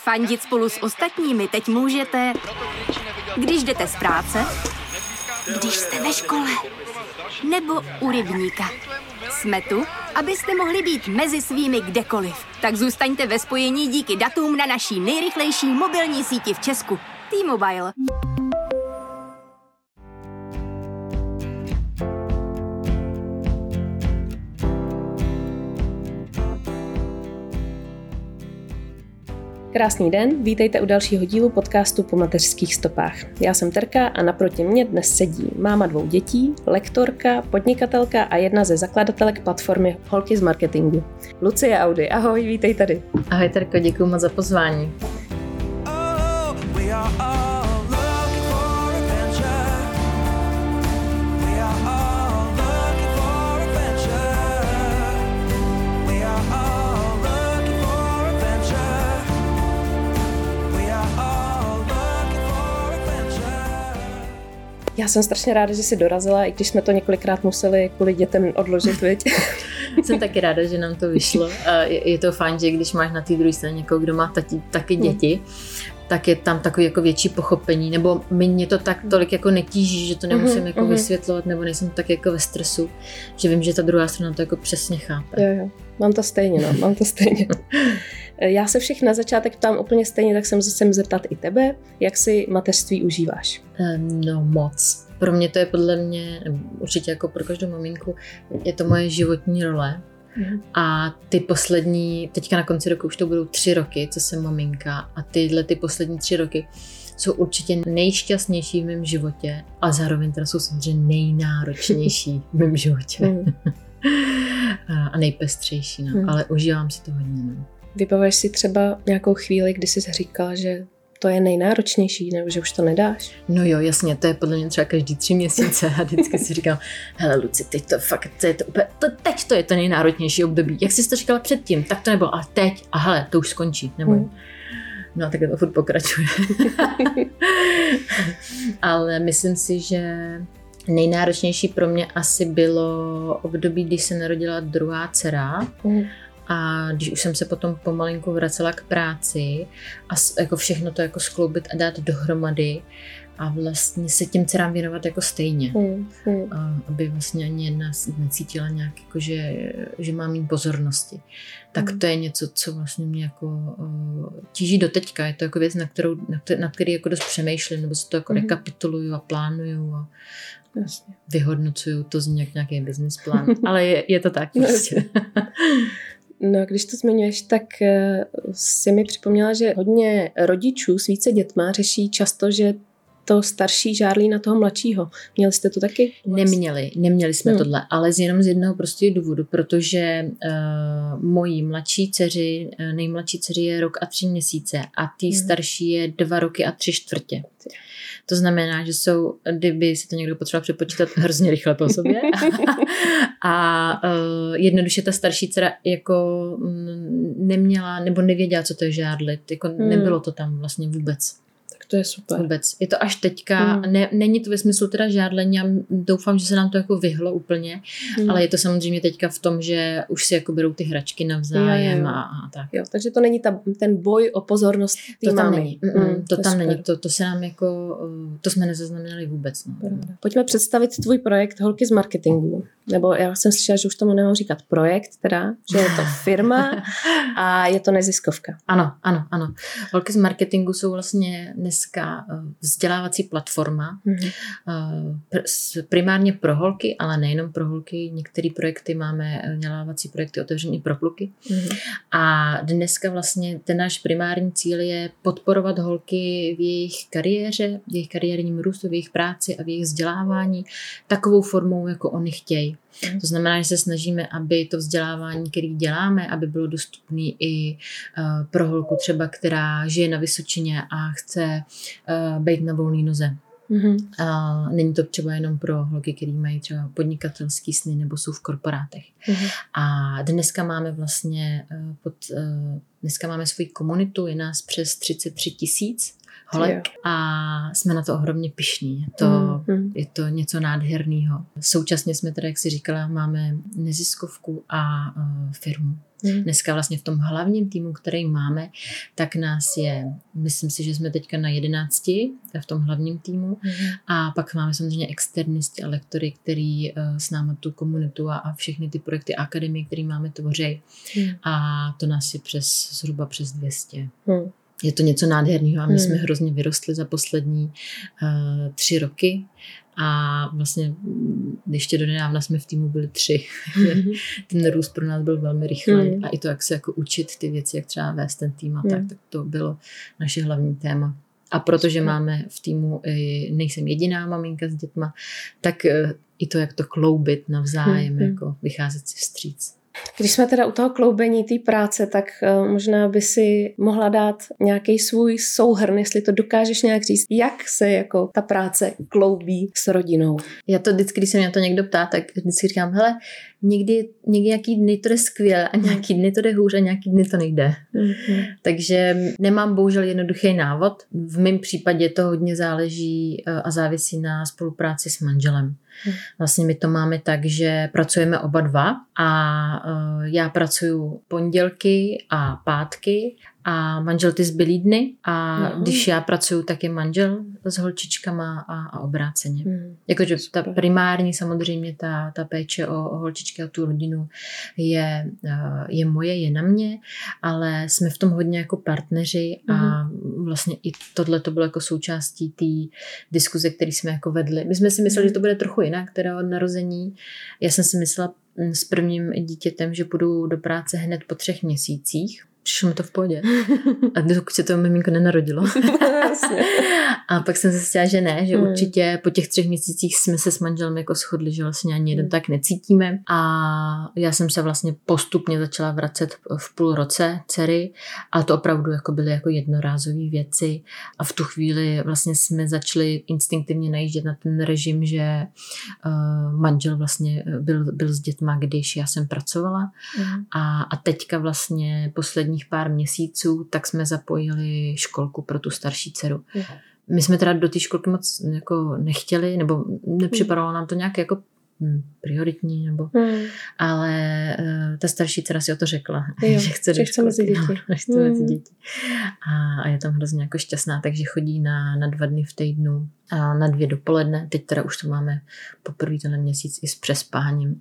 Fandit spolu s ostatními teď můžete, když jdete z práce, když jste ve škole, nebo u rybníka. Jsme tu, abyste mohli být mezi svými kdekoliv. Tak zůstaňte ve spojení díky datům na naší nejrychlejší mobilní síti v Česku. T-Mobile. Krásný den, vítejte u dalšího dílu podcastu Po mateřských stopách. Já jsem Terka a naproti mě dnes sedí máma 2 dětí, lektorka, podnikatelka a jedna ze zakladatelek platformy Holky z marketingu. Lucie Audi, ahoj, vítej tady. Ahoj Terko, děkuji moc za pozvání. Já jsem strašně ráda, že jsi dorazila, i když jsme to několikrát museli kvůli dětem odložit, viď? Jsem taky ráda, že nám to vyšlo. Je to fajn, že když máš na té druhé straně někoho, kdo má taky děti, tak je tam takový jako větší pochopení, nebo mě to tak tolik jako netíží, že to nemusím jako vysvětlovat, nebo nejsem tak jako ve stresu, že vím, že ta druhá strana to jako přesně chápe. Jo. Mám to stejně. Já se všech na začátek ptám úplně stejně, tak jsem se zeptat i tebe, jak si mateřství užíváš? No moc. Pro mě to je podle mě, určitě jako pro každou maminku, je to moje životní role. A ty poslední, teďka na konci roku už to budou 3 roky, co jsem maminka, a ty poslední 3 roky jsou určitě nejšťastnější v mém životě a zároveň teda jsou samozřejmě nejnáročnější v mém životě. A nejpestřejší, no. Ale užívám si to hodně. No. Vybavuješ si třeba nějakou chvíli, kdy jsi říkala, že to je nejnáročnější, nebo že už to nedáš? No jo, jasně, to je podle mě třeba každý 3 měsíce a vždycky si říkám, hele Luci, teď to fakt, teď to je to nejnáročnější období. Jak jsi to říkala předtím, tak to nebylo, ale teď, a hele, to už skončí, nebo No a tak to furt pokračuje. Ale myslím si, že nejnáročnější pro mě asi bylo období, když se narodila druhá dcera. A když už jsem se potom pomalinku vracela k práci a jako všechno to jako skloubit a dát dohromady a vlastně se těm dcerám věnovat jako stejně. Aby vlastně ani jedna necítila nějak jako, že mám mít pozornosti. Tak to je něco, co vlastně mě jako tíží do teďka. Je to jako věc, nad který jako dost přemýšlím, nebo se to jako rekapituluju a plánuju a vyhodnocuju. To zní jak nějaký business plán. Ale je to tak prostě. No, když to zmiňuješ, tak si mi připomněla, že hodně rodičů s více dětma řeší často, že to starší žárlí na toho mladšího. Měli jste to taky? Neměli jsme tohle, ale jenom z jednoho prostého důvodu, protože mojí mladší dceři, nejmladší dceři je 1 rok a 3 měsíce a tý starší je 2 roky a 3/4. To znamená, že jsou, kdyby si to někdo potřeboval přepočítat, hrozně rychle po sobě. A jednoduše ta starší dcera jako neměla nebo nevěděla, co to je žárlit. Jako nebylo to tam vlastně vůbec. Tak to je super. Vůbec. Je to až teďka, není to ve smyslu teda žádlení, já doufám, že se nám to jako vyhlo úplně, ale je to samozřejmě teďka v tom, že už si jako berou ty hračky navzájem a tak. Jo, takže to není ten boj o pozornost té mámy. To tam není. To tam není. To se nám jako, to jsme nezaznamenali vůbec. No. Pojďme představit tvůj projekt Holky z marketingu. Nebo já jsem slyšela, že už tomu nemám říkat projekt teda, že je to firma a je to neziskovka. Ano. Holky z marketingu jsou vlastně dneska vzdělávací platforma, primárně pro holky, ale nejenom pro holky. Některé projekty máme, vzdělávací projekty otevřené pro kluky. A dneska vlastně ten náš primární cíl je podporovat holky v jejich kariéře, v jejich kariérním růstu, v jejich práci a v jejich vzdělávání takovou formou, jako oni chtějí. To znamená, že se snažíme, aby to vzdělávání, které děláme, aby bylo dostupné i pro holku třeba, která žije na Vysočině a chce být na volné noze. A není to třeba jenom pro holky, které mají třeba podnikatelský sny nebo jsou v korporátech. A dneska máme vlastně dneska máme svoji komunitu, je nás přes 33 000 holek a jsme na to ohromně pyšní. Je to něco nádherného. Současně jsme teda, jak jsi říkala, máme neziskovku a firmu. Dneska vlastně v tom hlavním týmu, který máme, tak nás je, myslím si, že jsme teďka na 11 v tom hlavním týmu a pak máme samozřejmě externisti a lektory, který s námi tu komunitu a všechny ty projekty akademie, které máme, tvoří. A to nás je zhruba přes 200. Je to něco nádherného a my jsme hrozně vyrostli za poslední 3 roky a vlastně ještě do nedávna jsme v týmu byli 3. Ten růst pro nás byl velmi rychlý a i to, jak se jako učit ty věci, jak třeba vést ten tým a tak to bylo naše hlavní téma. A protože máme v týmu, nejsem jediná maminka s dětma, tak i to, jak to kloubit navzájem, jako vycházet si vstříc. Když jsme teda u toho kloubení té práce, tak možná by si mohla dát nějaký svůj souhrn, jestli to dokážeš nějak říct, jak se jako ta práce kloubí s rodinou. Já to vždycky, když se mě to někdo ptá, tak vždycky říkám, hele, někdy nějaký dny to jde skvěle a nějaký dny to jde hůř a nějaký dny to nejde. Takže nemám bohužel jednoduchý návod. V mém případě to hodně záleží a závisí na spolupráci s manželem. Vlastně my to máme tak, že pracujeme oba dva a já pracuju pondělky a pátky a manžel ty zbylý dny a když já pracuju, tak je manžel s holčičkama a obráceně. Jakože ta primární samozřejmě ta péče o holčičky a tu rodinu je moje, je na mě, ale jsme v tom hodně jako partneři a vlastně i tohle to bylo jako součástí té diskuze, které jsme jako vedli. My jsme si mysleli, že to bude trochu jinak, teda od narození. Já jsem si myslela s prvním dítětem, že půjdu do práce hned po 3 měsících. Přišlo mi to v pohodě. A dokud se to miminko nenarodilo. A pak jsem se zjistila, že ne, že určitě po těch 3 měsících jsme se s manželem jako shodli, že vlastně ani jeden tak necítíme. A já jsem se vlastně postupně začala vracet v půl roce dcery, ale to opravdu jako byly jako jednorázové věci. A v tu chvíli vlastně jsme začali instinktivně najíždět na ten režim, že manžel vlastně byl s dětma, když já jsem pracovala. A teďka vlastně posledních pár měsíců, tak jsme zapojili školku pro tu starší dceru. My jsme teda do té školky moc jako nechtěli, nebo nepřipadalo nám to nějak jako prioritní, nebo ale ta starší dcera si o to řekla, že chce do školky. Chce mezi děti. A je tam hrozně jako šťastná, takže chodí na 2 dny v týdnu a na 2 dopoledne. Teď teda už to máme poprvé ten měsíc i s přespáním.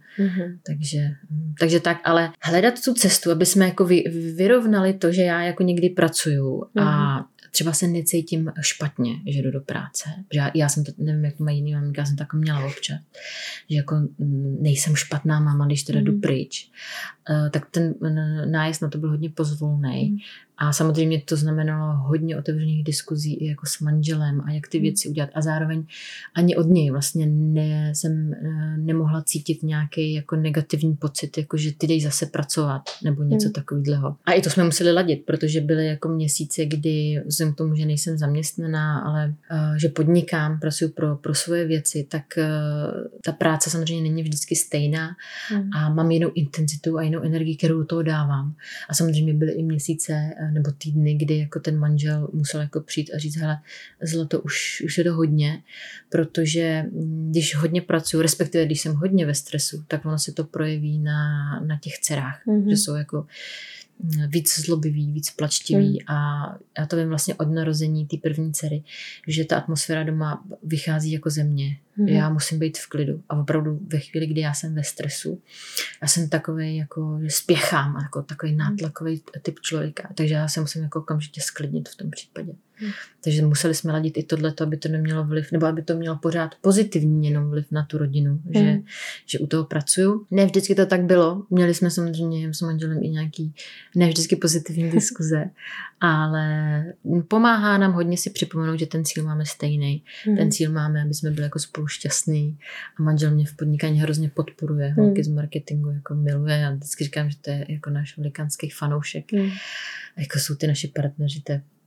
Takže tak, ale hledat tu cestu, aby jsme jako vyrovnali to, že já jako někdy pracuju a třeba se necítím špatně, že jdu do práce. Já jsem to, nevím, jak to mají jiný maminka, já jsem to jako měla občas, že jako nejsem špatná máma, když teda jdu pryč. Tak ten nájezd na to byl hodně pozvolnej. A samozřejmě to znamenalo hodně otevřených diskuzí i jako s manželem a jak ty věci udělat. A zároveň ani od něj vlastně jsem nemohla cítit nějaký jako negativní pocit, jako že ty dej zase pracovat nebo něco takového. A i to jsme museli ladit, protože byly jako měsíce, kdy vzhledem k tomu, že nejsem zaměstnaná, ale že podnikám, pracuji pro svoje věci, tak ta práce samozřejmě není vždycky stejná a mám jinou intenzitu a jinou energii, kterou do toho dávám. A samozřejmě byly i měsíce nebo týdny, kdy jako ten manžel musel jako přijít a říct, hele, zlato, už je to hodně, protože když hodně pracuji, respektive když jsem hodně ve stresu, tak ono se to projeví na těch dcerách, že jsou jako víc zlobivý, víc plačtivý a já to vím vlastně od narození té první dcery, že ta atmosféra doma vychází jako ze mě. Já musím být v klidu a opravdu ve chvíli, kdy já jsem ve stresu, já jsem takovej jako, že spěchám, jako takový nátlakový typ člověka, takže já se musím jako okamžitě sklidnit v tom případě. Takže museli jsme ladit i tohleto, aby to nemělo vliv, nebo aby to mělo pořád pozitivní jenom vliv na tu rodinu, že u toho pracuju. Ne vždycky to tak bylo, měli jsme samozřejmě s manželem i nějaký ne vždycky pozitivní diskuze, ale pomáhá nám hodně si připomenout, že ten cíl máme stejný. Ten cíl máme, aby jsme byli jako spolu šťastný a manžel mě v podnikání hrozně podporuje, holky z marketingu jako miluje. Já vždycky říkám, že to je jako náš velikánský fanoušek. Jako jsou ty naši partneři,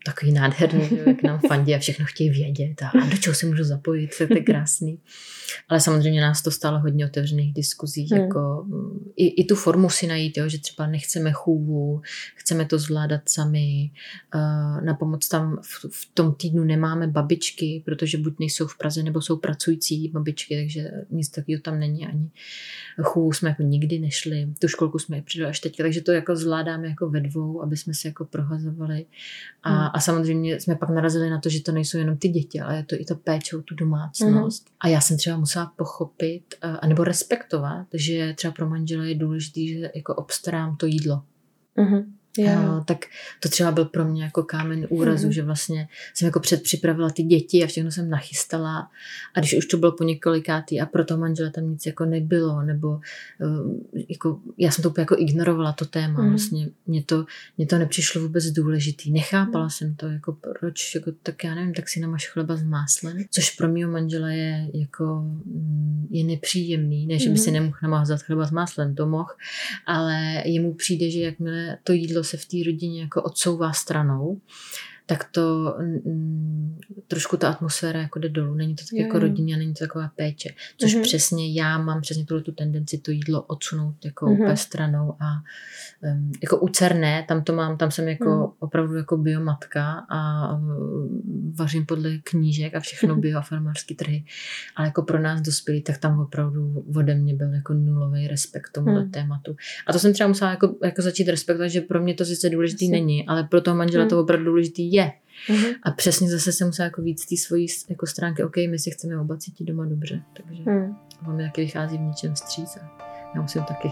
takový nádherný, jak nám fandí a všechno chtějí vědět a do čeho se můžu zapojit, to je krásný. Ale samozřejmě nás to stálo hodně otevřených diskuzí, jako i tu formu si najít, jo, že třeba nechceme chůvu, chceme to zvládat sami, na pomoc tam v tom týdnu nemáme babičky, protože buď nejsou v Praze, nebo jsou pracující babičky, takže nic takového tam není, ani chůvu jsme jako nikdy nešli, tu školku jsme je přidali až teď, takže to jako zvládáme jako ve dvou, aby jsme se jako prohazovali a samozřejmě jsme pak narazili na to, že to nejsou jenom ty děti, ale je to i ta péče o tu domácnost. A já jsem třeba musela pochopit, anebo respektovat, že třeba pro manžela je důležité, že jako obstarám to jídlo. Tak to třeba byl pro mě jako kámen úrazu, že vlastně jsem jako předpřipravila ty děti a všechno jsem nachystala a když už to bylo po několikátý a pro toho manžela tam nic jako nebylo, nebo jako, já jsem to úplně jako ignorovala to téma, vlastně mě to nepřišlo vůbec důležitý, nechápala jsem to, jako proč, jako, tak já nevím, tak si namaž chleba s máslem, což pro mýho manžela je jako je nepříjemný, ne, že by si nemohl namazat chleba s máslem, to mohl, ale jemu přijde, že jakmile to jídlo se v té rodině jako odsouvá stranou, tak to trošku ta atmosféra jako jde dolů. Není to tak jako rodinně a není to taková péče. Což přesně já mám přesně tu tendenci to jídlo odsunout jako úplně stranou a jako u dcer ne, tam jsem jako opravdu jako biomatka a vařím podle knížek a všechno bio a farmářský trhy. Ale jako pro nás dospělí, tak tam opravdu ode mě byl jako nulový respekt tomuhle tématu. A to jsem třeba musela jako začít respektovat, že pro mě to sice důležitý není, ale pro toho manžela to opravdu důležitý je. A přesně zase se musela jako víc té svojí jako stránky, OK, my si chceme oba cítit doma dobře, takže on mi taky vychází v něčem vstříc a já musím taky.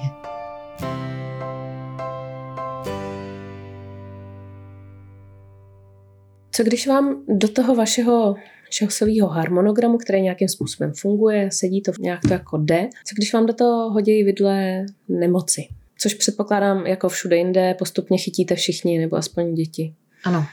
Co když vám do toho vašeho časového harmonogramu, který nějakým způsobem funguje, sedí to nějak to jako jde, co když vám do toho hodí vidle nemoci? Což předpokládám, jako všude jinde, postupně chytíte všichni, nebo aspoň děti. Ano.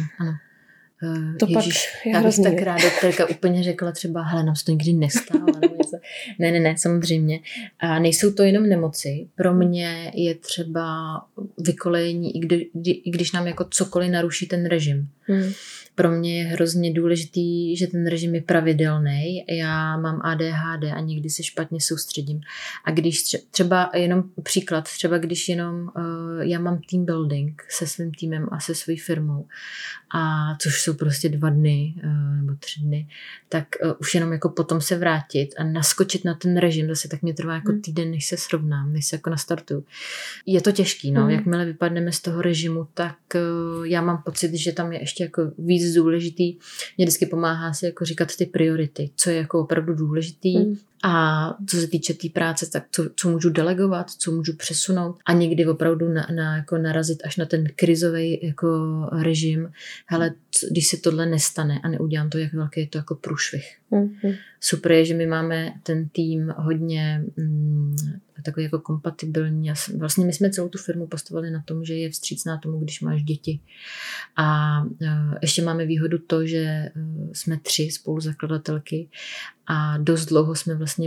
To Ježiš, pak je já bych hrozný. tak ráda teďka úplně řekla třeba, hele, nám se to nikdy nestalo. Ne, samozřejmě. A nejsou to jenom nemoci. Pro mě je třeba vykolejení, i když nám jako cokoliv naruší ten režim. Pro mě je hrozně důležitý, že ten režim je pravidelný. Já mám ADHD a někdy se špatně soustředím. A když třeba jenom příklad, třeba když jenom já mám team building se svým týmem a se svojí firmou, a což jsou prostě 2 dny nebo 3 dny, tak už jenom jako potom se vrátit a naskočit na ten režim, zase tak mě trvá jako týden, než se srovnám, než se jako nastartuju. Je to těžký, no. Jakmile vypadneme z toho režimu, tak já mám pocit, že tam je ještě jako víc důležitý. Mě vždycky pomáhá si jako říkat ty priority, co je jako opravdu důležitý. A co se týče té práce, tak co můžu delegovat, co můžu přesunout a někdy opravdu jako narazit až na ten krizový jako režim. Hele, když se tohle nestane a neudělám to, jak velký je to jako průšvih. Super je, že my máme ten tým hodně takový jako kompatibilní. Vlastně my jsme celou tu firmu postavili na tom, že je vstřícná tomu, když máš děti. A ještě máme výhodu to, že jsme 3 spoluzakladatelky a dost dlouho jsme vlastně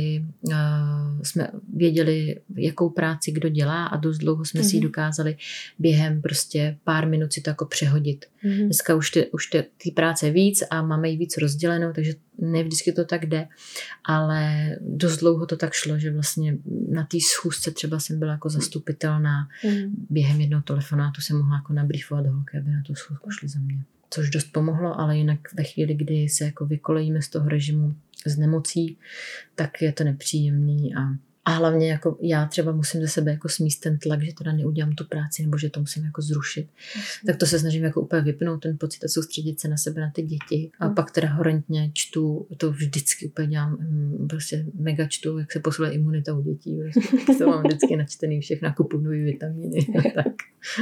jsme věděli, jakou práci kdo dělá a dost dlouho jsme si ji dokázali během prostě pár minut si to jako přehodit. Dneska už té práce je víc a máme ji víc rozdělenou, takže ne vždycky to tak jde, ale dost dlouho to tak šlo, že vlastně na té schůzce třeba jsem byla jako zastupitelná. Během jednoho telefonátu jsem mohla jako nabrýfovat holky, aby na tu schůzku šli za mě. Což dost pomohlo, ale jinak ve chvíli, kdy se jako vykolejíme z toho režimu z nemocí, tak je to nepříjemný a hlavně jako já třeba musím ze sebe jako smíst ten tlak, že teda neudělám tu práci nebo že to musím jako zrušit. Tak to se snažím jako úplně vypnout ten pocit a soustředit se na sebe, na ty děti. A pak teda horentně čtu, to vždycky úplně dělám, prostě mega čtu, jak se posiluje imunita u dětí. Prostě, to mám vždycky načtený, všechno nakupuju nový vitamíny. Tak.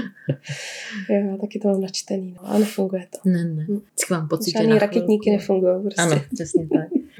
Jo, taky to mám načtený, no, ale nefunguje to. Ne. Vždycky mám pocit, žádný raketníky nefungují. Prostě. Ano, přesně tak.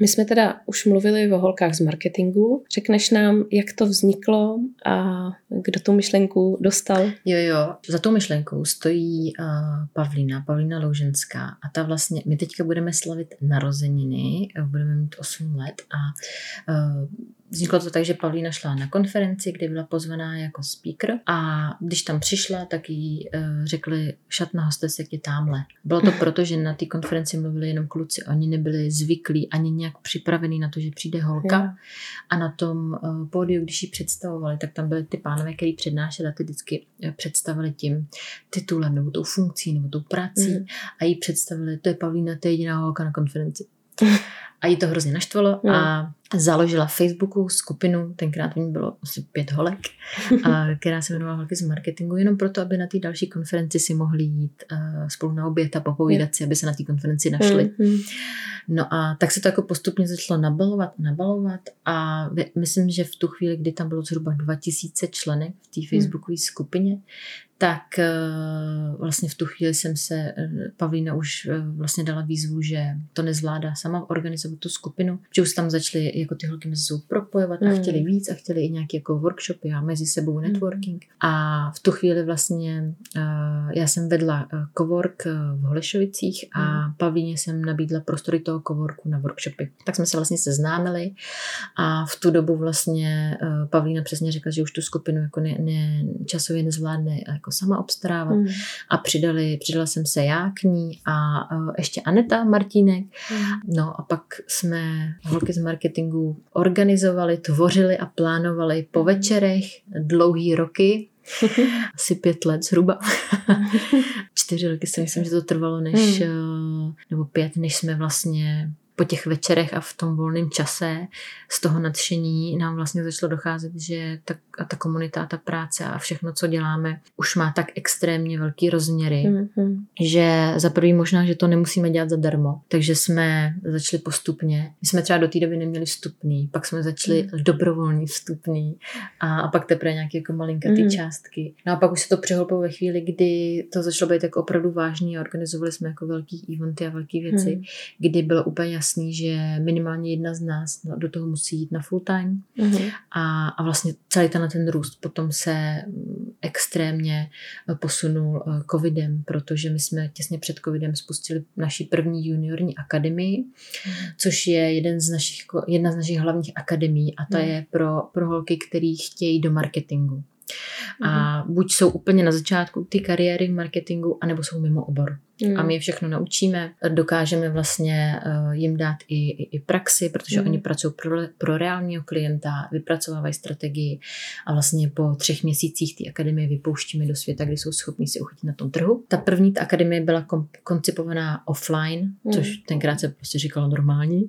My jsme teda už mluvili o holkách z marketingu. Řekneš nám, jak to vzniklo a kdo tu myšlenku dostal? Jo. Za tou myšlenkou stojí Pavlína Louženská a ta vlastně, my teďka budeme slavit narozeniny, budeme mít 8 let a vzniklo to tak, že Pavlína šla na konferenci, kde byla pozvaná jako speaker a když tam přišla, tak jí řekli, šatna hostesek je tamhle. Bylo to proto, že na té konferenci mluvili jenom kluci, oni nebyli zvyklí ani nějak připravení na to, že přijde holka a na tom pódiu, když ji představovali, tak tam byly ty pánové, který přednášeli a ty vždycky představili tím titulem nebo tou funkcí nebo tou prací a jí představili, to je Pavlína, to je jediná holka na konferenci. A jí to hrozně naštvalo a založila Facebooku skupinu, tenkrát v ní bylo asi 5 holek, která se jmenovala Holky z marketingu, jenom proto, aby na té další konferenci si mohli jít spolu na oběd a popovídat si, aby se na té konferenci našli. No a tak se to jako postupně začalo nabalovat a myslím, že v tu chvíli, kdy tam bylo zhruba 2000 členek v té Facebookové skupině, tak vlastně v tu chvíli Pavlína už vlastně dala výzvu, že to nezvládá sama organizovat tu skupinu, že už tam začaly jako ty holky mezi sebou propojovat a chtěli víc a chtěli i nějaké jako workshopy a mezi sebou networking. A v tu chvíli vlastně já jsem vedla cowork v Holešovicích a Pavlíně jsem nabídla prostory toho coworku na workshopy. Tak jsme se vlastně seznámili a v tu dobu vlastně Pavlína přesně řekla, že už tu skupinu jako časově nezvládne jako sama obstarávat a přidala jsem se já k ní a ještě Aneta Martínek. No a pak jsme holky z marketingu organizovali, tvořili a plánovali po večerech dlouhý roky, asi 5 let zhruba. 4 roky si myslím, že to trvalo, nebo 5, než jsme vlastně po těch večerech a v tom volném čase z toho nadšení nám vlastně začalo docházet, že ta komunita, ta práce a všechno, co děláme, už má tak extrémně velký rozměry, že za prvý možná, že to nemusíme dělat zadarmo. Takže jsme začali postupně. My jsme třeba do té doby neměli vstupný, pak jsme začali dobrovolný vstupný a pak teprve nějaké jako malinkatý částky. No a pak už se to přehlopilo ve chvíli, kdy to začalo být tak opravdu vážný a organizovali jsme jako velký eventy a velké věci, kdy bylo úplně jasný, že minimálně jedna z nás do toho musí jít na full time a vlastně celý ten růst potom se extrémně posunul covidem, protože my jsme těsně před covidem spustili naši první juniorní akademii, což je jedna z našich hlavních akademií a ta je pro holky, který chtějí do marketingu. A buď jsou úplně na začátku ty kariéry v marketingu, anebo jsou mimo obor. A my je všechno naučíme, dokážeme vlastně jim dát i praxi, protože oni pracují pro reálního klienta, vypracovávají strategii a vlastně po 3 měsících té akademie vypouštíme do světa, kdy jsou schopní se uchytit na tom trhu. Ta první akademie byla koncipovaná offline, což tenkrát se prostě říkalo normální.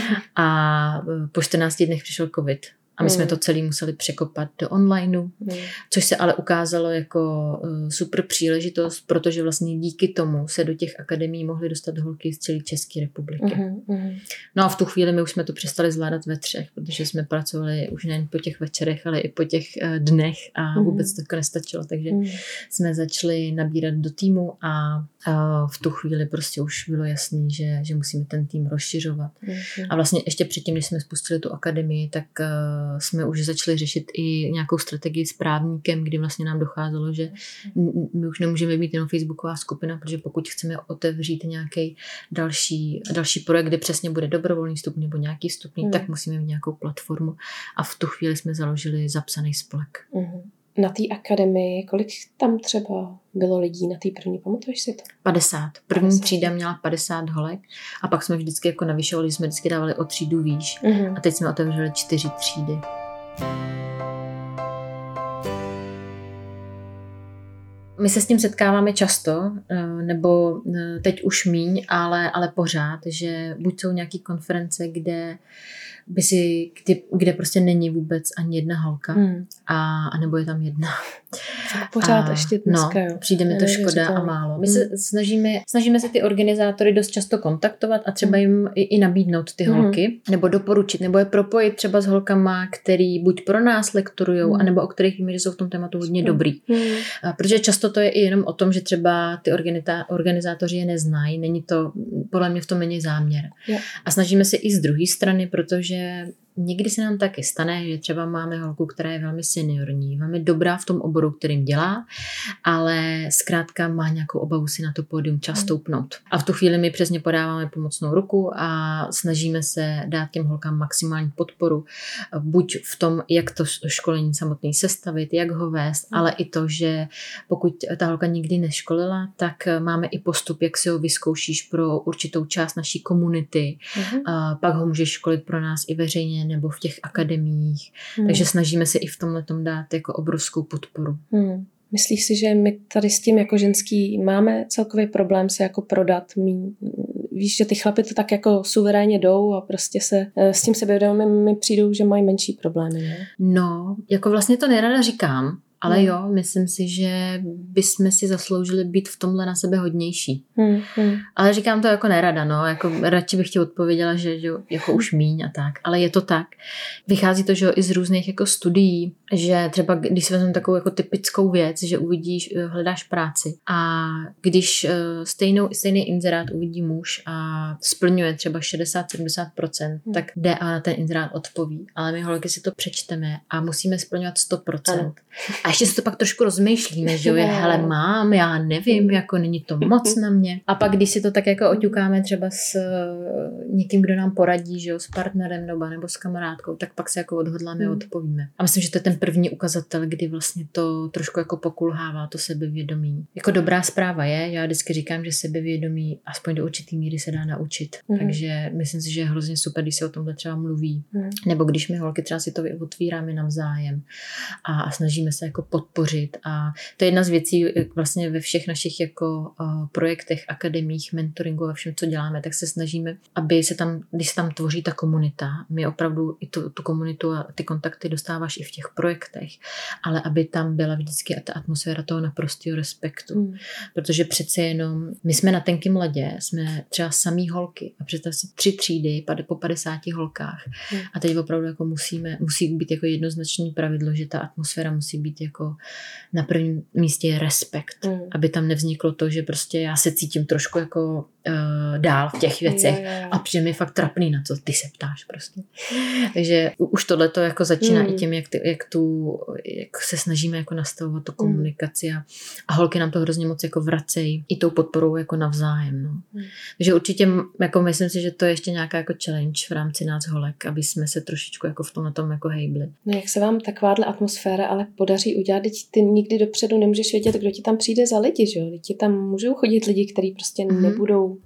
A po 14 dnech přišel covid. A my jsme to celé museli překopat do onlineu, což se ale ukázalo jako super příležitost, protože vlastně díky tomu se do těch akademií mohly dostat holky z celé České republiky. No a v tu chvíli my už jsme to přestali zvládat ve 3, protože jsme pracovali už nejen po těch večerech, ale i po těch dnech a vůbec to nestačilo. Takže jsme začali nabírat do týmu a v tu chvíli prostě už bylo jasný, že musíme ten tým rozšiřovat. A vlastně ještě předtím, než jsme spustili tu akademii, tak jsme už začali řešit i nějakou strategii s právníkem, kdy vlastně nám docházelo, že my už nemůžeme být jenom facebooková skupina, protože pokud chceme otevřít nějaký další projekt, kde přesně bude dobrovolný vstup nebo nějaký vstupný, tak musíme mít nějakou platformu. A v tu chvíli jsme založili zapsaný spolek. Na té akademii, kolik tam třeba bylo lidí na té první, pamatuješ si to? 50. První třída měla 50 holek a pak jsme vždycky jako navyšovali, jsme vždycky dávali o třídu výš a teď jsme otevřeli 4 třídy. My se s tím setkáváme často, nebo teď už míň, ale pořád, že buď jsou nějaké konference, kde prostě není vůbec ani jedna holka, a nebo je tam jedna. Tak pořád ještě dneska, jo. Přijde mi to škoda a málo. My se snažíme se ty organizátory dost často kontaktovat a třeba jim i nabídnout ty holky, nebo doporučit, nebo je propojit třeba s holkama, který buď pro nás lektorujou, anebo o kterých víme, že jsou v tom tématu hodně dobrý. Protože často to je i jenom o tom, že třeba ty organizátoři je neznají, není to podle mě v tom není záměr. Jo. A snažíme se i z druhé strany, protože někdy se nám taky stane, že třeba máme holku, která je velmi seniorní, velmi dobrá v tom oboru, kterým dělá, ale zkrátka má nějakou obavu si na to pódium čas stoupnout. A v tu chvíli my přesně podáváme pomocnou ruku a snažíme se dát těm holkám maximální podporu, buď v tom, jak to školení samotný sestavit, jak ho vést, ale i to, že pokud ta holka nikdy neškolila, tak máme i postup, jak si ho vyzkoušíš pro určitou část naší komunity. Pak ho můžeš školit pro nás i veřejně nebo v těch akademiích. Takže snažíme se i v tomhletom dát jako obrovskou podporu. Myslíš si, že my tady s tím jako ženský máme celkový problém se jako prodat? Víš, že ty chlapi to tak jako suverénně jdou a prostě se s tím sebevědomím mi přijdou, že mají menší problémy, ne? No, jako vlastně to nerada říkám, ale jo, myslím si, že bychom si zasloužili být v tomhle na sebe hodnější. Ale říkám to jako nerada, no, jako radši bych ti odpověděla, že jako už míň a tak, ale je to tak. Vychází to, že i z různých jako studií, že třeba když si vezmeme takovou jako typickou věc, že uvidíš, hledáš práci a když stejný inzerát uvidí muž a splňuje třeba 60-70%, tak jde a na ten inzerát odpoví. Ale my holky si to přečteme a musíme splňovat 100%. Ano. A ještě se to pak trošku rozmýšlíme, že jo, hele mám, já nevím, jako není to moc na mě. A pak když si to tak jako oťukáme třeba s někým, kdo nám poradí, že jo, s partnerem nebo s kamarádkou, tak pak se jako odhodláme a odpovíme. A myslím, že to je ten první ukazatel, kdy vlastně to trošku jako pokulhává to sebevědomí. Jako dobrá zpráva je, já vždycky říkám, že sebevědomí aspoň do určitý míry se dá naučit. Takže myslím si, že je hrozně super, když se o tomhle třeba mluví. Nebo když my holky třeba si to otvíráme navzájem a snažíme se jako podpořit. A to je jedna z věcí vlastně ve všech našich jako projektech, akademiích, mentoringu a všem, co děláme, tak se snažíme, aby se tam, když se tam tvoří ta komunita, my opravdu i tu komunitu a ty kontakty dostáváš i v těch projektech, ale aby tam byla vždycky ta atmosféra toho naprostého respektu. Protože přece jenom my jsme na tenkým ledě, jsme třeba samý holky a představ si 3 třídy po 50 holkách. A teď opravdu jako musí být jako jednoznačný pravidlo, že ta atmosféra musí být jako na prvním místě je respekt. Aby tam nevzniklo to, že prostě já se cítím trošku jako dál v těch věcech a přijde mi fakt trapný, na co ty se ptáš prostě. Takže už tohleto jako začíná i tím, jak se snažíme jako nastavovat tu komunikaci a holky nám to hrozně moc jako vracejí i tou podporou jako navzájem. No. Takže určitě jako myslím si, že to je ještě nějaká jako challenge v rámci nás holek, aby jsme se trošičku jako v tomhletom jako hejbli. No jak se vám takováhle atmosféra ale podaří udělat, teď ty nikdy dopředu nemůžeš vědět, kdo ti tam přijde za lidi, že jo? Ti tam můžou chodit lidi, kteří prostě nebudou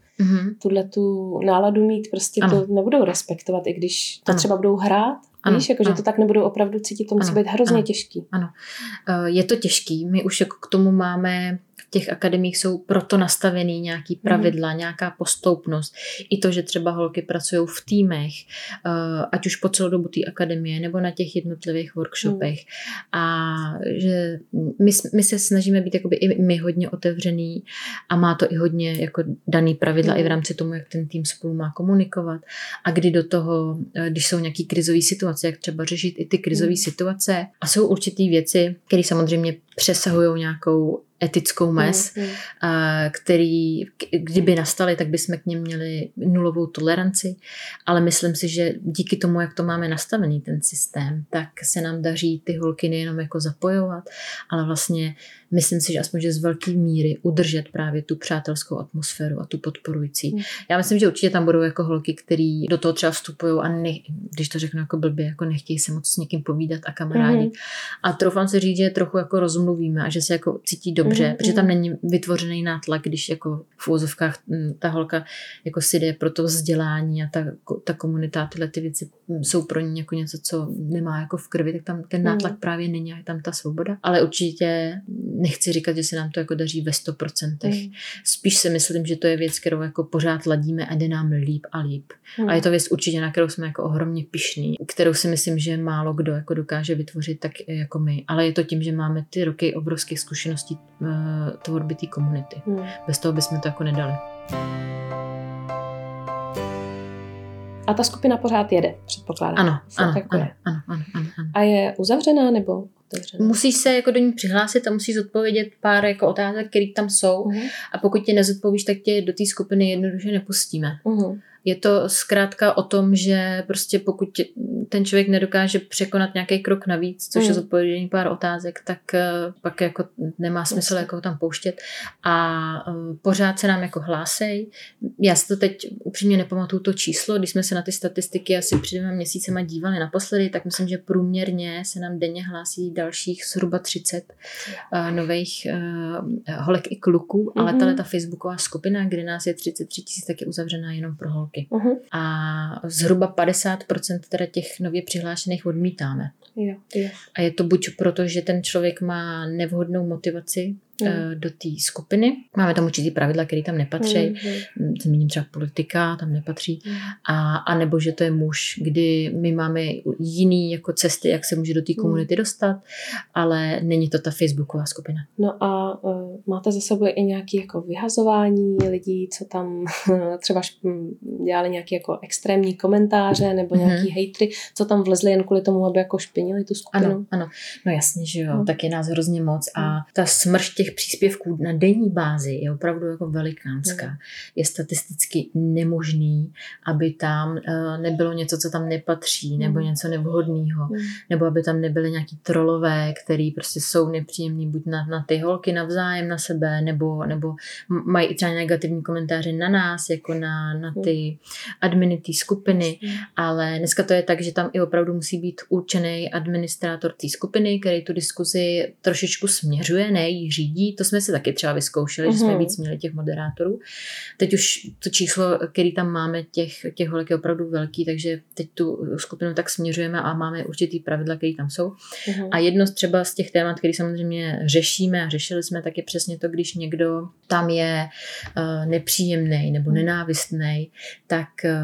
tu náladu mít, prostě to nebudou respektovat, i když to třeba budou hrát. Víš, jako, že to tak nebudou opravdu cítit, to musí být hrozně těžký. Ano, je to těžký. My už jako k tomu máme, v těch akademiích jsou proto nastavený nějaký pravidla, nějaká postoupnost. I to, že třeba holky pracují v týmech, ať už po celou dobu té akademie, nebo na těch jednotlivých workshopech. A že my se snažíme být jakoby i my hodně otevřený a má to i hodně jako daný pravidla i v rámci tomu, jak ten tým spolu má komunikovat. A kdy do toho, když jsou nějaký krizové situace, jak třeba řešit i ty krizové situace. A jsou určitý věci, které samozřejmě přesahují nějakou etickou mez, který, kdyby nastaly, tak bychom k něm měli nulovou toleranci, ale myslím si, že díky tomu, jak to máme nastavený ten systém, tak se nám daří ty holky nejenom jako zapojovat, ale vlastně myslím si, že aspoň že z velké míry udržet právě tu přátelskou atmosféru a tu podporující. Já myslím, že určitě tam budou jako holky, který do toho třeba vstupují a když to řeknu jako blbě, jako nechtějí se moc s někým povídat a kamarádit. A troufám se říct, že trochu jako rozmluvíme a že se jako cítí dobře, protože tam není vytvořený nátlak, když jako v úvozovkách ta holka jako si jde pro to vzdělání a ta komunita, tyhle ty věci jsou pro ní jako něco, co nemá jako v krvi, tak tam ten nátlak právě není a je tam ta svoboda. Ale určitě nechci říkat, že se nám to jako daří ve 100%. Spíš si myslím, že to je věc, kterou jako pořád ladíme a jde nám líp a líp. A je to věc určitě, na kterou jsme jako ohromně pyšní, kterou si myslím, že málo kdo jako dokáže vytvořit tak jako my. Ale je to tím, že máme ty roky obrovských zkušeností tvorby té komunity. Bez toho bychom to jako nedali. A ta skupina pořád jede, předpokládám. Ano. A je uzavřená nebo otevřená. Musíš se jako do ní přihlásit a musíš odpovědět pár jako otázek, které tam jsou. A pokud tě nezodpovíš, tak tě do té skupiny jednoduše nepustíme. Je to zkrátka o tom, že prostě pokud ten člověk nedokáže překonat nějaký krok navíc, což je zodpovědění pár otázek, tak pak jako nemá smysl jako ho tam pouštět. A pořád se nám jako hlásej. Já si to teď upřímně nepamatuju to číslo, když jsme se na ty statistiky asi před 2 měsícema dívali naposledy, tak myslím, že průměrně se nám denně hlásí dalších zhruba 30 nových holek i kluků, ale ta facebooková skupina, kde nás je 33 000, tak je uzavřená jenom pro holky. A zhruba 50% teda těch nově přihlášených odmítáme. Jo. A je to buď proto, že ten člověk má nevhodnou motivaci do té skupiny. Máme tam určitý pravidla, které tam nepatří. Zmíním třeba politika, tam nepatří. A nebo že to je muž, kdy my máme jiný jako cesty, jak se může do té komunity dostat, ale není to ta facebooková skupina. No a máte za sebou i nějaké jako vyhazování lidí, co tam třeba dělali nějaké jako extrémní komentáře nebo nějaký hejtry, co tam vlezli jen kvůli tomu, aby jako špinili tu skupinu? Ano. No jasně, že jo. Tak je nás hrozně moc a ta smršť těch příspěvků na denní bázi je opravdu jako velikánská. Je statisticky nemožný, aby tam nebylo něco, co tam nepatří, nebo něco nevhodného, nebo aby tam nebyly nějaký trolové, který prostě jsou nepříjemný buď na ty holky navzájem na sebe, nebo mají i třeba negativní komentáře na nás, jako na ty adminy té skupiny, ale dneska to je tak, že tam i opravdu musí být určený administrátor té skupiny, který tu diskuzi trošičku směřuje, ne jí řídí. To jsme si taky třeba vyzkoušeli, že jsme víc měli těch moderátorů. Teď už to číslo, který tam máme, těch holek je opravdu velký, takže teď tu skupinu tak směřujeme a máme určitý pravidla, které tam jsou. A jedno třeba z těch témat, které samozřejmě řešíme a řešili jsme, tak je přesně to, když někdo tam je nepříjemný nebo nenávistný, tak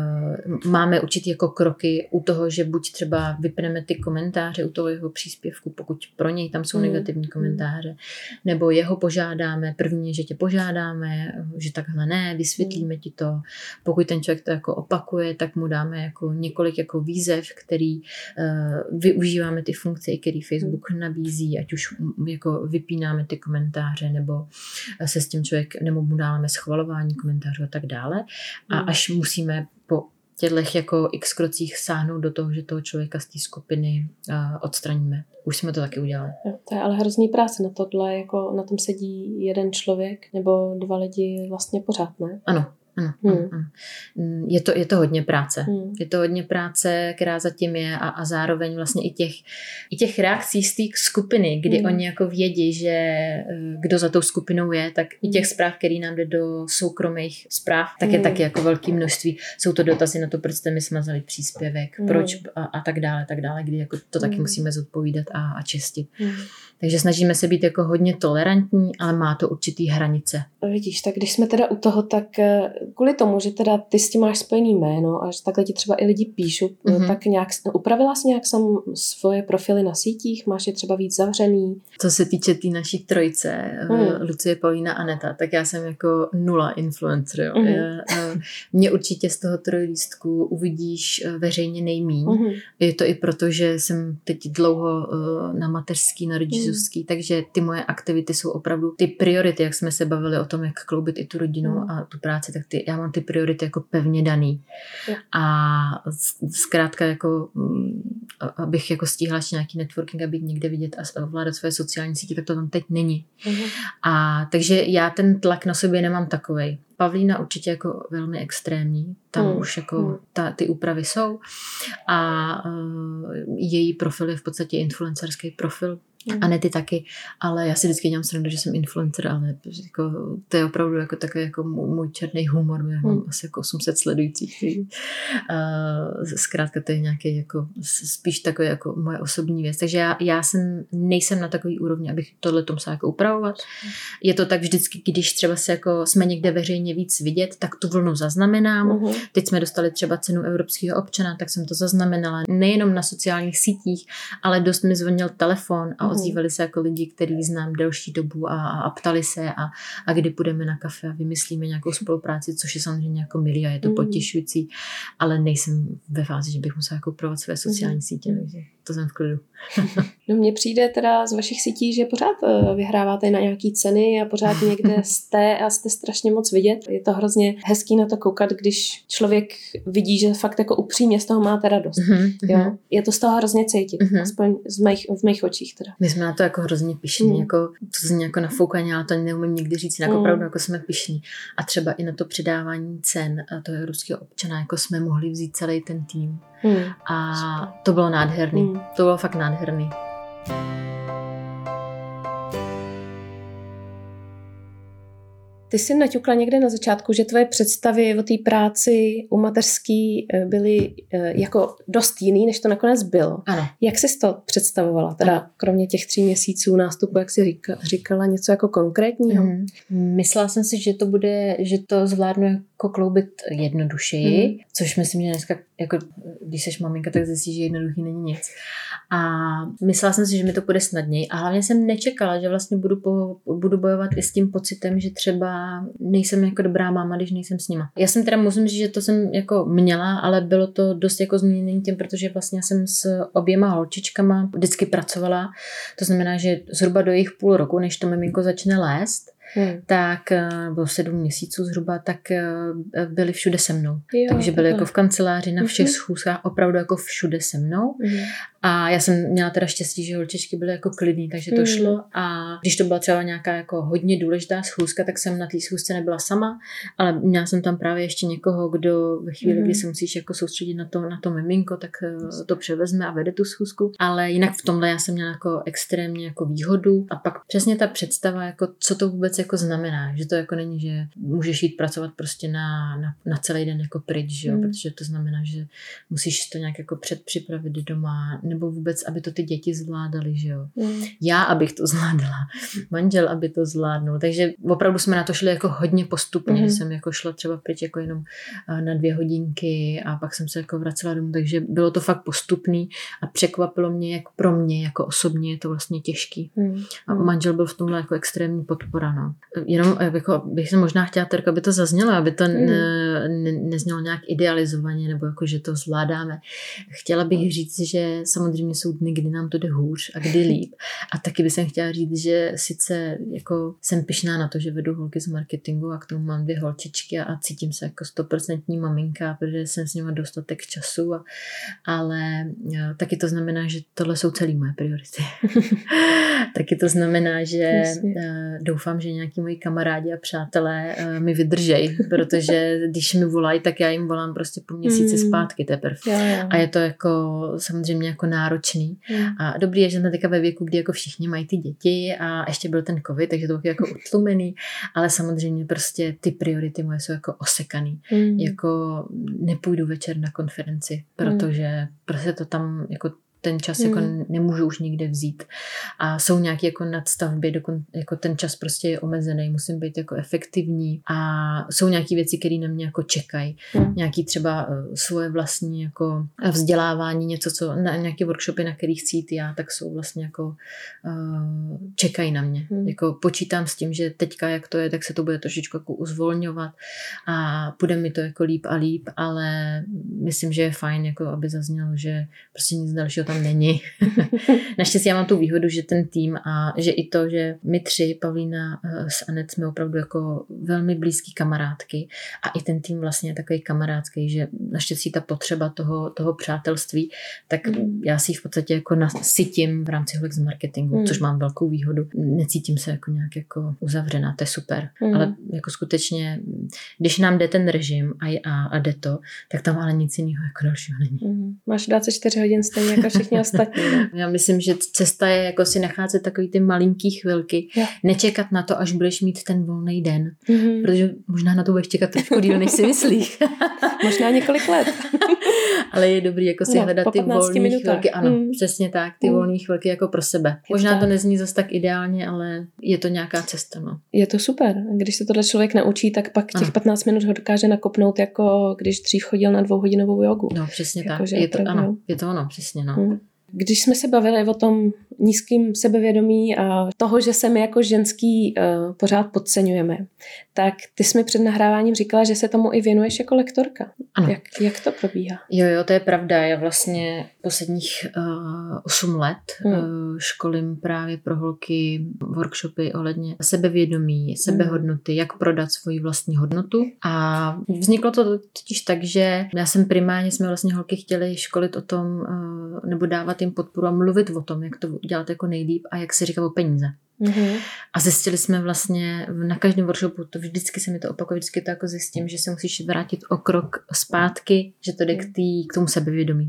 máme určitý jako kroky u toho, že buď třeba vypneme ty komentáře u toho jeho příspěvku, pokud pro něj tam jsou negativní komentáře, nebo jeho požádáme, první, že tě požádáme, že takhle ne, vysvětlíme ti to. Pokud ten člověk to jako opakuje, tak mu dáme jako několik jako výzev, který využíváme ty funkce, který Facebook nabízí, ať už jako vypínáme ty komentáře, nebo se s tím člověk, nebo mu dáme schvalování komentářů a tak dále. A až musíme po těchto jako x krocích sáhnout do toho, že toho člověka z té skupiny odstraníme. Už jsme to taky udělali. Jo, to je ale hrozný práce na tohle, jako na tom sedí jeden člověk nebo 2 lidi vlastně pořád, ne? Ano. Je to hodně práce. Je to hodně práce, která zatím je a zároveň vlastně i těch reakcí z té skupiny, kdy oni jako vědí, že kdo za tou skupinou je, tak i těch zpráv, který nám jde do soukromých zpráv, tak je taky jako velké množství. Jsou to dotazy na to, proč jste mi smazali příspěvek, proč a tak dále, kdy jako to taky musíme zodpovídat a čistit. Takže snažíme se být jako hodně tolerantní, ale má to určitý hranice. Vidíš, tak když jsme teda u toho, tak kvůli tomu, že teda ty s tím máš spojený jméno a že takhle ti třeba i lidi píšou, tak nějak upravila jsi nějak svoje profily na sítích? Máš je třeba víc zavřený? Co se týče té naší trojice, Lucie, Paulína, Aneta, tak já jsem jako 0 influencer. Mě určitě z toho trojlístku uvidíš veřejně nejmíň. Je to i proto, že jsem teď dlouho na mateřský, na rodičovský, takže ty moje aktivity jsou opravdu ty priority, jak jsme se bavili o tom, jak kloubit i tu rodinu a tu práci, tak já mám ty priority jako pevně daný. A zkrátka jako abych jako stíhla ještě nějaký networking a být někde vidět a ovládat své sociální sítě, tak to tam teď není. A takže já ten tlak na sobě nemám takovej. Pavlína určitě jako velmi extrémní, tam už jako ty úpravy jsou a její profil je v podstatě influencerský profil. Anety taky, ale já si vždycky dělám srandu, že jsem influencer, ale jako, to je opravdu jako takový jako můj černý humor, já mám asi jako 800 sledujících. Zkrátka to je nějaký jako spíš takový jako moje osobní věc, takže já nejsem na takový úrovni, abych tohle to musela jako upravovat. Je to tak vždycky, když třeba se jako jsme někde veřejně samozřejmě víc vidět, tak tu vlnu zaznamenám. Teď jsme dostali třeba cenu evropského občana, tak jsem to zaznamenala nejenom na sociálních sítích, ale dost mi zvonil telefon a ozývali se jako lidi, který znám delší dobu a ptali se a kdy půjdeme na kafe a vymyslíme nějakou spolupráci, což je samozřejmě jako milý a je to potěšující, ale nejsem ve fázi, že bych musela koupovat své sociální sítě, takže to jsem v klidu. No mně přijde teda z vašich sítí, že pořád vyhráváte na nějaký ceny a pořád někde jste strašně moc vidět. Je to hrozně hezký na to koukat, když člověk vidí, že fakt jako upřímně z toho máte radost. Jo? Je to z toho hrozně cítit, aspoň v mých očích teda. My jsme na to jako hrozně pyšní, jako to zní jako nafoukaně, ale to neumím nikdy říct, jako opravdu jako jsme pyšní. A třeba i na to předávání cen toho evropského občana, jako jsme mohli vzít celý ten tým. A to bylo nádherný. To bylo fakt nádherný. Ty jsi naťukla někde na začátku, že tvoje představy o té práci u mateřský byly jako dost jiný, než to nakonec bylo. Ano. Jak jsi to představovala? Teda kromě těch 3 měsíců nástupu, jak jsi říkala, něco jako konkrétního? Myslela jsem si, že to zvládnu jako kloubit jednodušeji, což myslím, že dneska, jako, když seš maminka, tak zjistíš, že jednoduchý není nic. A myslela jsem si, že mi to půjde snadněji. A hlavně jsem nečekala, že vlastně budu bojovat i s tím pocitem, že třeba nejsem jako dobrá máma, když nejsem s nima. Já jsem teda musím říct, že to jsem jako měla, ale bylo to dost jako změněný tím, protože vlastně jsem s oběma holčičkama vždycky pracovala. To znamená, že zhruba do jejich půl roku, než to miminko začne lézt, tak bylo 7 měsíců zhruba, tak byli všude se mnou. Takže byli jako v kanceláři, na všech schůzkách, opravdu jako všude se mnou. A já jsem měla teda štěstí, že holčičky byly jako klidný, takže to šlo. A když to byla třeba nějaká jako hodně důležitá schůzka, tak jsem na té schůzce nebyla sama, ale měla jsem tam právě ještě někoho, kdo ve chvíli, kdy se musíš jako soustředit na to miminko, tak to převezme a vede tu schůzku. Ale jinak v tomhle já jsem měla jako extrémně jako výhodu. A pak přesně ta představa, jako co to vůbec jako znamená, že to jako není, že můžeš jít pracovat prostě na celý den jako pryč, že jo? Protože to znamená, že musíš to nějak jako předpřipravit doma, nebo vůbec, aby to ty děti zvládaly, že jo. Já, abych to zvládala, manžel, aby to zvládnul. Takže opravdu jsme na to šli jako hodně postupně, že jsem jako šla třeba pryč jako jenom na 2 hodinky a pak jsem se jako vracela domů, takže bylo to fakt postupný a překvapilo mě, jak pro mě jako osobně je to vlastně těžký. A manžel byl v tomhle jako extrémní podpora, no. Jenom jako bych se možná chtěla, Terka, aby to zaznělo, aby to neznělo nějak idealizovaně, nebo jako, že to zvládáme. Chtěla bych říct, že samozřejmě jsou dny, kdy nám to jde hůř a kdy líp. A taky bych chtěla říct, že sice jako jsem pyšná na to, že vedu holky z marketingu a k tomu mám 2 holčičky a cítím se jako 100% maminka, protože jsem s nimi dostatek času, ale taky to znamená, že tohle jsou celý moje priority. Taky to znamená, že doufám, že nějaký moji kamarádi a přátelé mi vydržej, protože když mi volají, tak já jim volám prostě po měsíci zpátky teprve. A je to jako samozřejmě jako náročný. A dobrý je, že jsme teďka ve věku, kdy jako všichni mají ty děti a ještě byl ten covid, takže to bylo jako utlumený, ale samozřejmě prostě ty priority moje jsou jako osekaný. Jako nepůjdu večer na konferenci, protože prostě to tam jako ten čas jako nemůžu už nikde vzít. A jsou nějaké jako nadstavby, jako ten čas prostě je omezený, musím být jako efektivní a jsou nějaké věci, které na mě jako čekají. Nějaký třeba svoje vlastní jako vzdělávání, něco, co na nějaké workshopy, na kterých chci jít já, tak jsou vlastně jako čekají na mě. Jako počítám s tím, že teďka, jak to je, tak se to bude trošičku jako uzvolňovat a půjde mi to jako líp a líp, ale myslím, že je fajn, jako aby zaznělo, že prostě nic dalšího tam není. Naštěstí já mám tu výhodu, že ten tým a že i to, že my 3, Pavlína s Anet, jsme opravdu jako velmi blízký kamarádky a i ten tým vlastně je takový kamarádský, že naštěstí ta potřeba toho přátelství, tak já si v podstatě jako nasytím v rámci Holek z marketingu, což mám velkou výhodu. Necítím se jako nějak jako uzavřená, to je super. Ale jako skutečně, když nám jde ten režim a jde to, tak tam ale nic jiného jako dalšího není. Máš 24 hodin stejně jako všichni ostatní. Já myslím, že cesta je jako si nacházet takový ty malinký chvilky, nečekat na to, až budeš mít ten volný den, protože možná na to budeš čekat trošku díl, než si myslíš. Možná několik let. Ale je dobrý jako si hledat ty volné chvilky. Ano, přesně tak, ty volné chvilky jako pro sebe. Možná to nezní zase tak ideálně, ale je to nějaká cesta. No. Je to super. Když se tohle člověk naučí, tak pak těch 15 minut ho dokáže nakopnout, jako když dřív chodil na 2hodinovou jogu. No přesně jako, tak. Je to ono, přesně. No. Když jsme se bavili o tom nízkým sebevědomí a toho, že se my jako ženský pořád podceňujeme, tak ty jsi mi před nahráváním říkala, že se tomu i věnuješ jako lektorka. Jak to probíhá? Jo, to je pravda. Já vlastně posledních 8 let školím právě pro holky workshopy ohledně sebevědomí, sebehodnoty, jak prodat svoji vlastní hodnotu. A vzniklo to totiž tak, že jsme vlastně holky chtěli školit o tom, nebo dávat jim podporu a mluvit o tom, jak to dělat jako nejlíp a jak se říká o peníze. A zjistili jsme vlastně na každém workshopu, to vždycky se mi to opakuje, vždycky to jako zjistím, že se musíš vrátit o krok zpátky, že to jde k tomu sebevědomí.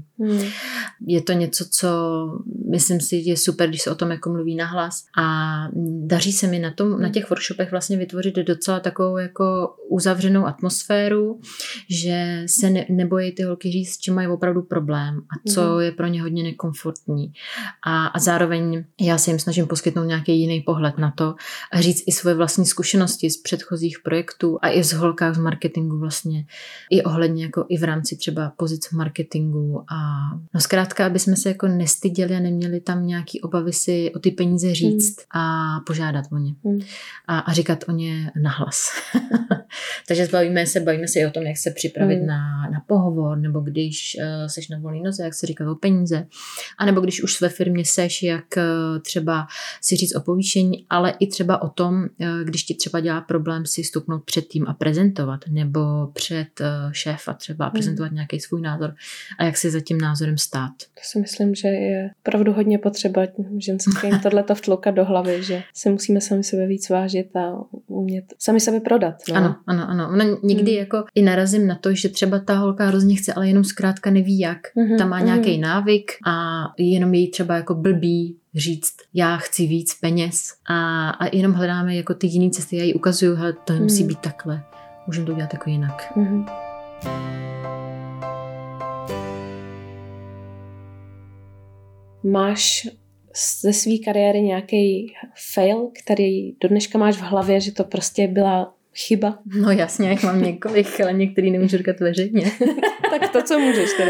Je to něco, co myslím si, je super, když se o tom jako mluví nahlas a daří se mi na těch workshopech vlastně vytvořit docela takovou jako uzavřenou atmosféru, že se nebojí ty holky říct, s čím mají opravdu problém a co je pro ně hodně nekomfortní. A zároveň já se jim snažím poskytnout nějaký jiný pohled na to a říct i svoje vlastní zkušenosti z předchozích projektů a i z holkách z marketingu vlastně i ohledně jako i v rámci třeba pozic v marketingu a no zkrátka, aby jsme se jako nestyděli a neměli tam nějaký obavy si o ty peníze říct a požádat o ně a říkat o ně nahlas. Takže bavíme se i o tom, jak se připravit na pohovor, nebo když seš na volný noze, jak se říkat o peníze, a nebo když už ve firmě seš, jak třeba si říct o povýšení, ale i třeba o tom, když ti třeba dělá problém si stupnout před tým a prezentovat, nebo před šéfa třeba a prezentovat nějaký svůj názor a jak si za tím názorem stát. To si myslím, že je opravdu hodně potřeba ženským tohleto vtloukat do hlavy, že se musíme sami sebe víc vážit a umět sami sebe prodat. No? Ano. Ona někdy jako i narazím na to, že třeba ta holka hrozně chce, ale jenom zkrátka neví jak. Tam má nějaký návyk a jenom jí třeba jako blbý říct, já chci víc peněz a jenom hledáme jako ty jiné cesty. Já jí ukazuju, hele, to musí být takhle. Můžeme to dělat jako jinak. Máš ze své kariéry nějaký fail, který do dneška máš v hlavě, že to prostě byla chyba? No jasně, jak mám několik, ale některý nemůžu říkat veřejně. Tak to, co můžeš teda?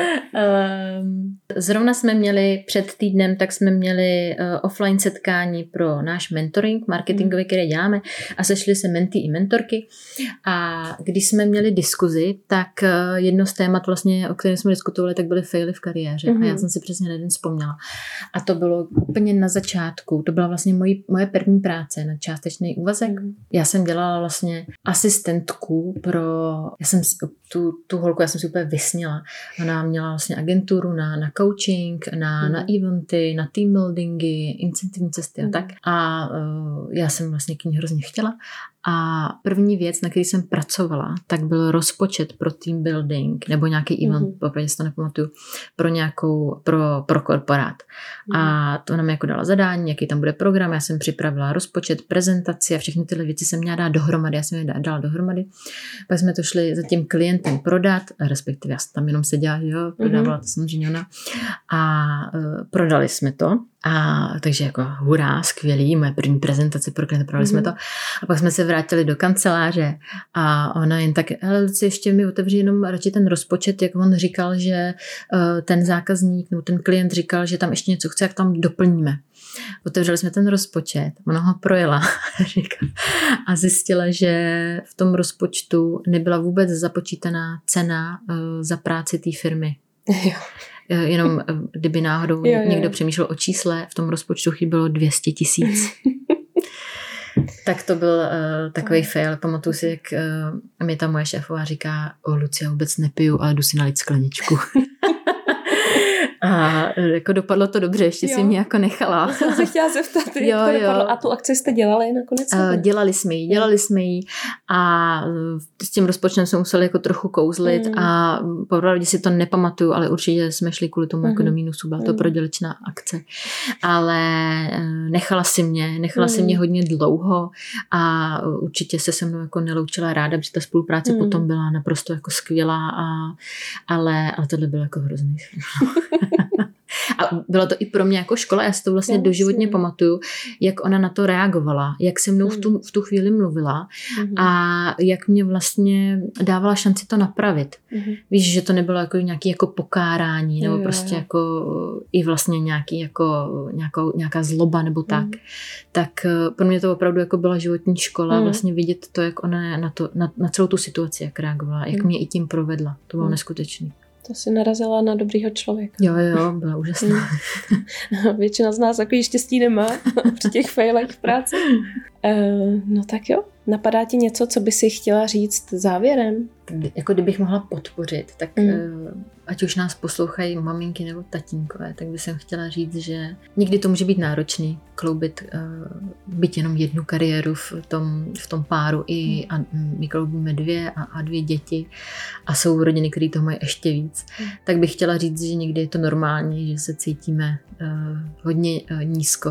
Zrovna jsme měli před týdnem, tak jsme měli offline setkání pro náš mentoring marketingový, který děláme a sešli se mentí i mentorky a když jsme měli diskuzi, tak jedno z témat vlastně, o kterém jsme diskutovali, tak byly faily v kariéře a já jsem si přesně na jeden vzpomněla. A to bylo úplně na začátku, to byla vlastně moje první práce na částečný úvazek. Já jsem dělala vlastně asistentku já jsem tu holku, já jsem si úplně vysněla. Ona měla vlastně agenturu na coaching, na eventy, na team buildingy, incentivní cesty a tak. A já jsem vlastně k ní hrozně chtěla. A první věc, na který jsem pracovala, tak byl rozpočet pro team building nebo nějaký event, popravdě si to nepamatuju, pro korporát. A to nám jako dala zadání, jaký tam bude program, já jsem připravila rozpočet, prezentaci a všechny tyhle věci jsem měla dát dohromady, já jsem je dala dohromady. Pak jsme to šli za tím klientem prodat, respektive já jsem tam jenom seděla, jo, prodávala to samozřejmě ona. A prodali jsme to. A takže jako hurá, skvělý, moje první prezentace pro klienta, prodali jsme to. A pak jsme se vrátili do kanceláře a ona jen tak, Luci, ještě mi otevří jenom radši ten rozpočet, jak on říkal, že ten zákazník nebo ten klient říkal, že tam ještě něco chce, jak tam doplníme. Otevřeli jsme ten rozpočet, ona ho projela a zjistila, že v tom rozpočtu nebyla vůbec započítaná cena za práci té firmy. Jenom kdyby náhodou někdo přemýšlel o čísle, v tom rozpočtu chybělo 200 000. Tak to byl takový fail. Pamatuju si, jak mi ta moje šéfová říká, Luci, já vůbec nepiju, ale jdu si nalít skleničku. A jako dopadlo to dobře, ještě si mě jako nechala. Jsem se chtěla zeptat, jak to dopadlo. A tu akci jste dělali nakonec? Dělali jsme ji a s tím rozpočtem jsme museli jako trochu kouzlit a popravdě si to nepamatuju, ale určitě jsme šli kvůli tomu jako do mínusu, byla to prodělečná akce. Ale nechala si mě hodně dlouho a určitě se mnou jako neloučila ráda, protože ta spolupráce potom byla naprosto jako skvělá, ale tohle bylo jako hrozný. A bylo to i pro mě jako škola, já si to vlastně doživotně pamatuju, jak ona na to reagovala, jak se mnou v tu chvíli mluvila a jak mě vlastně dávala šanci to napravit. Víš, že to nebylo jako nějaký jako pokárání, nebo prostě jako i vlastně nějaká zloba nebo tak. Tak pro mě to opravdu jako byla životní škola, vlastně vidět to, jak ona na celou tu situaci jak reagovala, jak mě i tím provedla. To bylo neskutečný. To si narazila na dobrýho člověka. Jo, byla úžasná. Většina z nás takový štěstí nemá při těch failech v práci. No tak jo, napadá ti něco, co by si chtěla říct závěrem? Jako kdybych mohla podpořit, tak ať už nás poslouchají maminky nebo tatínkové, tak bych chtěla říct, že někdy to může být náročný kloubit byť jenom jednu kariéru v tom páru a my kloubíme 2 a 2 děti a jsou rodiny, které toho mají ještě víc. Tak bych chtěla říct, že někdy je to normální, že se cítíme hodně nízko.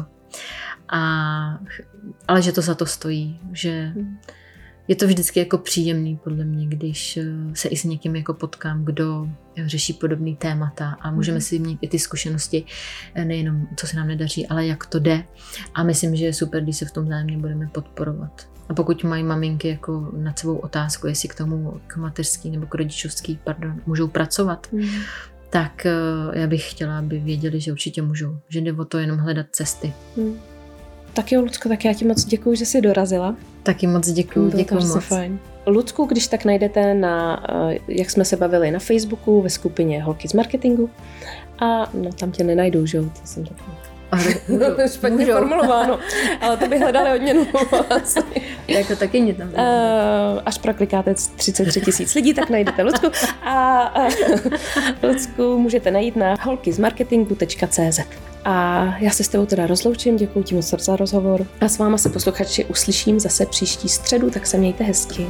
Ale že to za to stojí, že je to vždycky jako příjemný podle mě, když se i s někým jako potkám, kdo řeší podobný témata a můžeme si mít i ty zkušenosti, nejenom co se nám nedaří, ale jak to jde. A myslím, že je super, když se v tom vzájemně budeme podporovat. A pokud mají maminky jako nad sebou otázku, jestli k mateřský nebo k rodičovský, můžou pracovat, tak já bych chtěla, aby věděli, že určitě můžou. Že jde o to jenom hledat cesty. Tak jo, Lucko, tak já ti moc děkuju, že jsi dorazila. Taky moc děkuju moc. Fajn. Lucku, když tak najdete jak jsme se bavili, na Facebooku ve skupině Holky z marketingu. A tam tě nenajdou, že jo? To jsem špatně formulováno, ale to by hledali odměnu. Jako taky mě tam až proklikáte 33 000 lidí, tak najdete Lucku. A Lucku můžete najít na holkyzmarketingu.cz. A já se s tebou teda rozloučím, děkuji ti moc za rozhovor. A s váma se posluchači uslyším zase příští středu, tak se mějte hezky.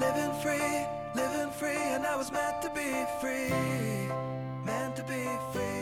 I was meant to be free, meant to be free.